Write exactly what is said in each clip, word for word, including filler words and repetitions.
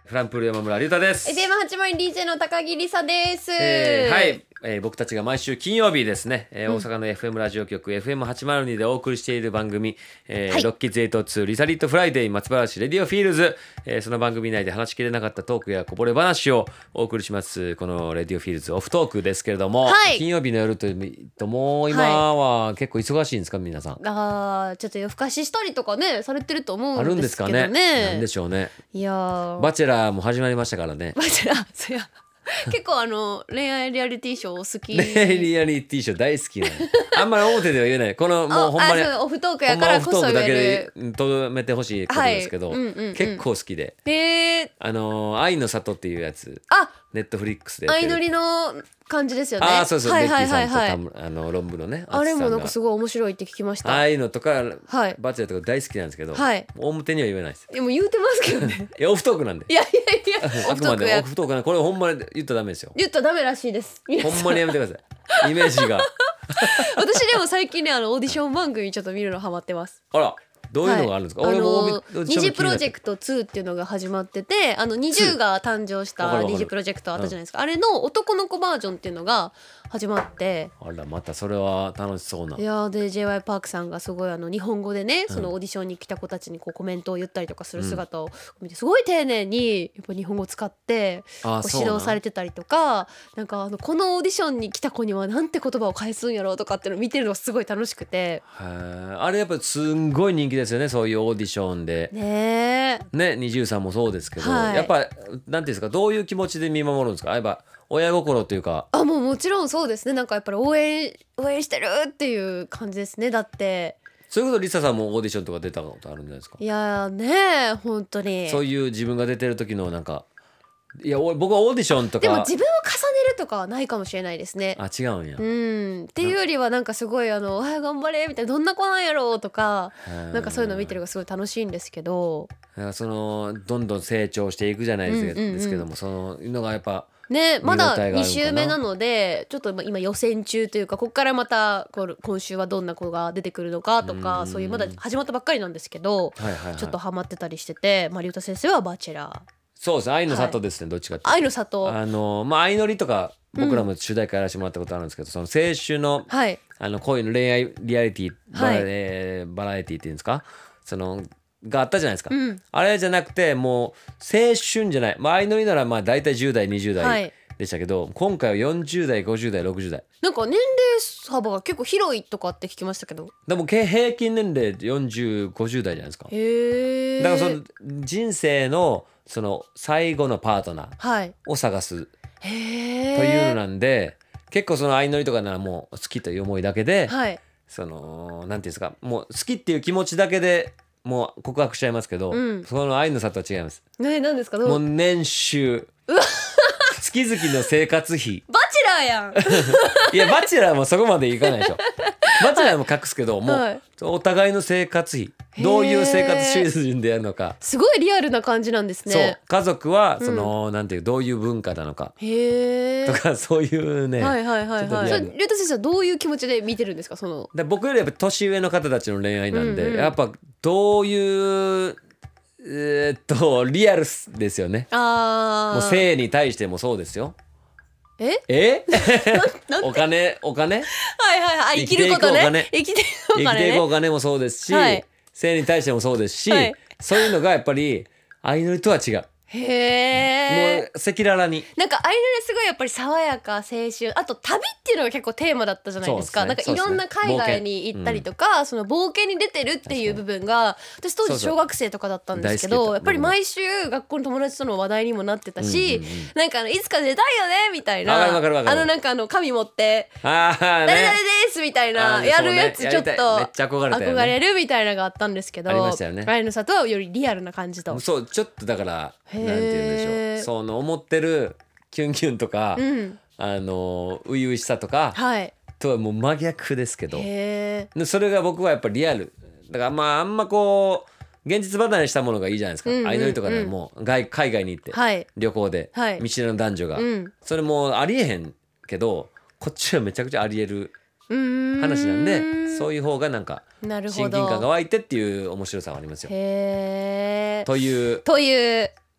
フランプール山村隆太です。 エフエムはちまる ディージェー の高木梨沙です、 えー、はい、えー、僕たちが毎週金曜日ですね、えーうん、大阪の エフエム ラジオ局 エフエムはちまるに でお送りしている番組、えーはい、ロッキーズエイトツーリサリットフライデー松原市レディオフィールズ、えー、その番組内で話しきれなかったトークやこぼれ話をお送りしますこのレディオフィールズオフトークですけれども、はい、金曜日の夜というともう今は結構忙しいんですか皆さん。 あーちょっと夜更かししたりとかねされてると思うんですけどね。 あるんですかね。なんでしょうね。 いやーバチェラーも始まりましたからね。 バチェラーそや結構あの恋愛リアリティショー好き。 恋愛リアリティショー大好きなあんまり表では言えないこのもうほんまにオフトークやからこそ言える、 オフトークだけでとめてほしいことですけど、はいうんうんうん、結構好きで、 えー、 あの愛の里っていうやつあネットフリックスでやってる相乗りの感じですよね。 あそうそう、 はいベッキーさんとたむあの論文のねあれもなんかすごい面白いって聞きました。 ああいうのとか、 はい、 バチェラーとか大好きなんですけど、 はい、 表には言えないです。 でも言うてますけどねいやオフトークなんで。 いやいやいやあくまでオフトークなんでこれほんまに言ったらダメですよ。 言ったらダメらしいです。 ほんまにやめてくださいイメージが私でも最近ねあのオーディション番組ちょっと見るのハマってます。 あらどういうのがあるんですか。 はい、 俺もあの二次プロジェクトツーっていうのが始まっててあのにじゅうが誕生した二次プロジェクトあったじゃないですか、うん、あれの男の子バージョンっていうのが始まってあらまたそれは楽しそうな。 いやで ジェイワイ パークさんがすごいあの日本語でねそのオーディションに来た子たちにこうコメントを言ったりとかする姿を見てすごい丁寧にやっぱ日本語を使ってこう指導されてたりとかなんかあのこのオーディションに来た子にはなんて言葉を返すんやろうとかっていうのを見てるのがすごい楽しくてあれやっぱすんごい人気ですよねそういうオーディションでねねにじゅうさんもそうですけど、 はい、 やっぱなんていうんですかどういう気持ちで見守るんですか。やっぱ親心というかあもうもちろんそうですねなんかやっぱり応援応援してるっていう感じですね。だってそれこそリサさんもオーディションとか出たことあるんじゃないですか。 いやね本当にそういう自分が出てる時のなんかいや僕はオーディションとかでも自分を重ねるとかはないかもしれないですね。 あ違うんやうんっていうよりはなんかすごいあのあ頑張れみたいなどんな子なんやろうとかなんかそういうのを見てるのがすごい楽しいんですけどそのどんどん成長していくじゃないですけど、うんうんうん、ですけどもそののがやっぱね、まだに週目なのでちょっと今予選中というかここからまた今週はどんな子が出てくるのかとかそういうまだ始まったばっかりなんですけど、はいはいはい、ちょっとハマってたりしてて竜太先生はバチェラーそうです愛の里ですね、はい、どっちかって愛の里あのまあ相乗りとか僕らも主題歌やらせてもらったことあるんですけど、うん、その青春の、はい、あの恋の恋愛リアリティバラ、はいえー、バラエティっていうんですかそのがあったじゃないですか、うん、あれじゃなくてもう青春じゃない、まあ、相乗りならまあ大体じゅう代にじゅう代、はいでしたけど今回はよんじゅう代ごじゅう代ろくじゅう代なんか年齢幅が結構広いとかって聞きましたけどでも平均年齢よんじゅう、ごじゅう代じゃないですか。 へだからその人生のその最後のパートナーを探す、はい、というのなんで結構その相乗りとかならもう好きという思いだけで、はい、そのなんていうんですかもう好きっていう気持ちだけでもう告白しちゃいますけど、うん、その愛の里は違います。 ね何ですかもう年収月々の生活費バチェラーやんいやバチェラーもそこまでいかないでしょバチェラーも隠すけど、はい、もう、はい、お互いの生活費どういう生活水準でやるのかすごいリアルな感じなんですね。 そう家族はその、うん、なんていうどういう文化なのかへとかそういうねはいはいはいはい竜太先生はどういう気持ちで見てるんですか。そので僕よりやっぱ年上の方たちの恋愛なんで、うんうん、やっぱどういうえー、っとリアルですよね。あもう性に対してもそうですよ。 ええお金お金はいはいはい生きることね生きていくお金生きていくお金もそうですし、はい、性に対してもそうですし、はい、そういうのがやっぱり相乗りとは違う。へーもう赤裸々になんか相乗りすごいやっぱり爽やか青春あと旅っていうのが結構テーマだったじゃないですか。なんかいろんな海外に行ったりとか、うん、その冒険に出てるっていう部分が私当時小学生とかだったんですけどやっぱり毎週学校の友達との話題にもなってたし、うんうんうん、なんかあのいつか出たいよねみたいなあのなんかあの紙持ってあ、ね、誰々ですみたいなやるやつちょっと憧れるみたいなのがあったんですけど、 ありましたよね。 愛の里はよりリアルな感じとそうちょっとだからなんて言うんでしょうその思ってるキュンキュンとか、うん、あの初々しさとか、はい、とはもう真逆ですけどそれが僕はやっぱりリアルだからまああんまこう現実離れしたものがいいじゃないですか、うんうんうん、相乗りとかでも外海外に行って、はい、旅行で、はい、見知らぬ男女が、うん、それもありえへんけどこっちはめちゃくちゃありえる話なんでそういう方がなんか親近感が湧いてっていう面白さはありますよ。 へーというという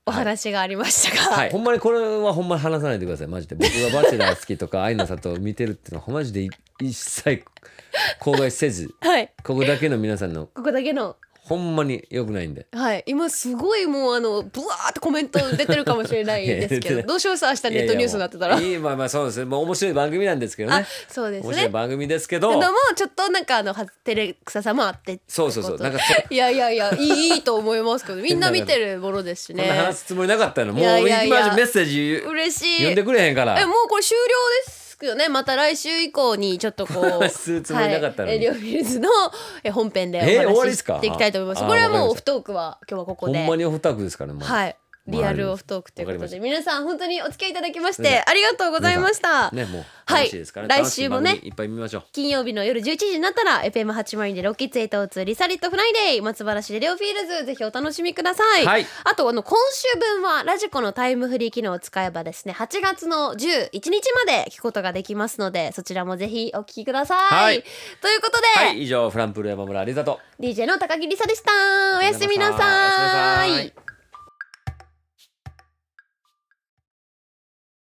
お話がありましたが、 はい、ほんまにこれはほんまに話さないでください。マジで僕がバチェラー好きとか愛の里を見てるっていうのはマジで一切口外せず、はい、ここだけの皆さんのここだけのほんまに良くないんで、 はい、今すごいもうあのブワーってコメント出てるかもしれないですけどどうしようさ明日ネットニュースになってたらいいまあまあそうですね、もう面白い番組なんですけどね。 そうですね、 面白い番組ですけどでもちょっとなんかあの照れくささもあってそうそうそうなんかいやいやいやいいいいと思いますけどみんな見てるものですしね。 こんな話すつもりなかったのもう今メッセージ嬉しい読んでくれへんからえもうこれ終了ですよね。また来週以降にちょっとこう話すつもりなかったのに、 はい、レオフィルズの本編でお話ししていきたいと思います。これはもうオフトークは今日はここでほんまにオフトークですからね。 はいリアルオフトークということで皆さん本当にお付き合いいただきましてありがとうございました。 ねもう楽しいですからね、 はい、来週もねいっぱい見ましょう。 金曜日の夜じゅういちじになったら エフエムはちじゅうでロッキーツエイトツーリサリットフライデー松原市でレオフィールズぜひお楽しみください、はい、あとあの今週分はラジコのタイムフリー機能を使えばですねはちがつのじゅういちにちまで聞くことができますのでそちらもぜひお聞きください、はい、ということで、 はい、以上フランプル山村ありがとうディージェー の高木りさでした。おやすみなさい。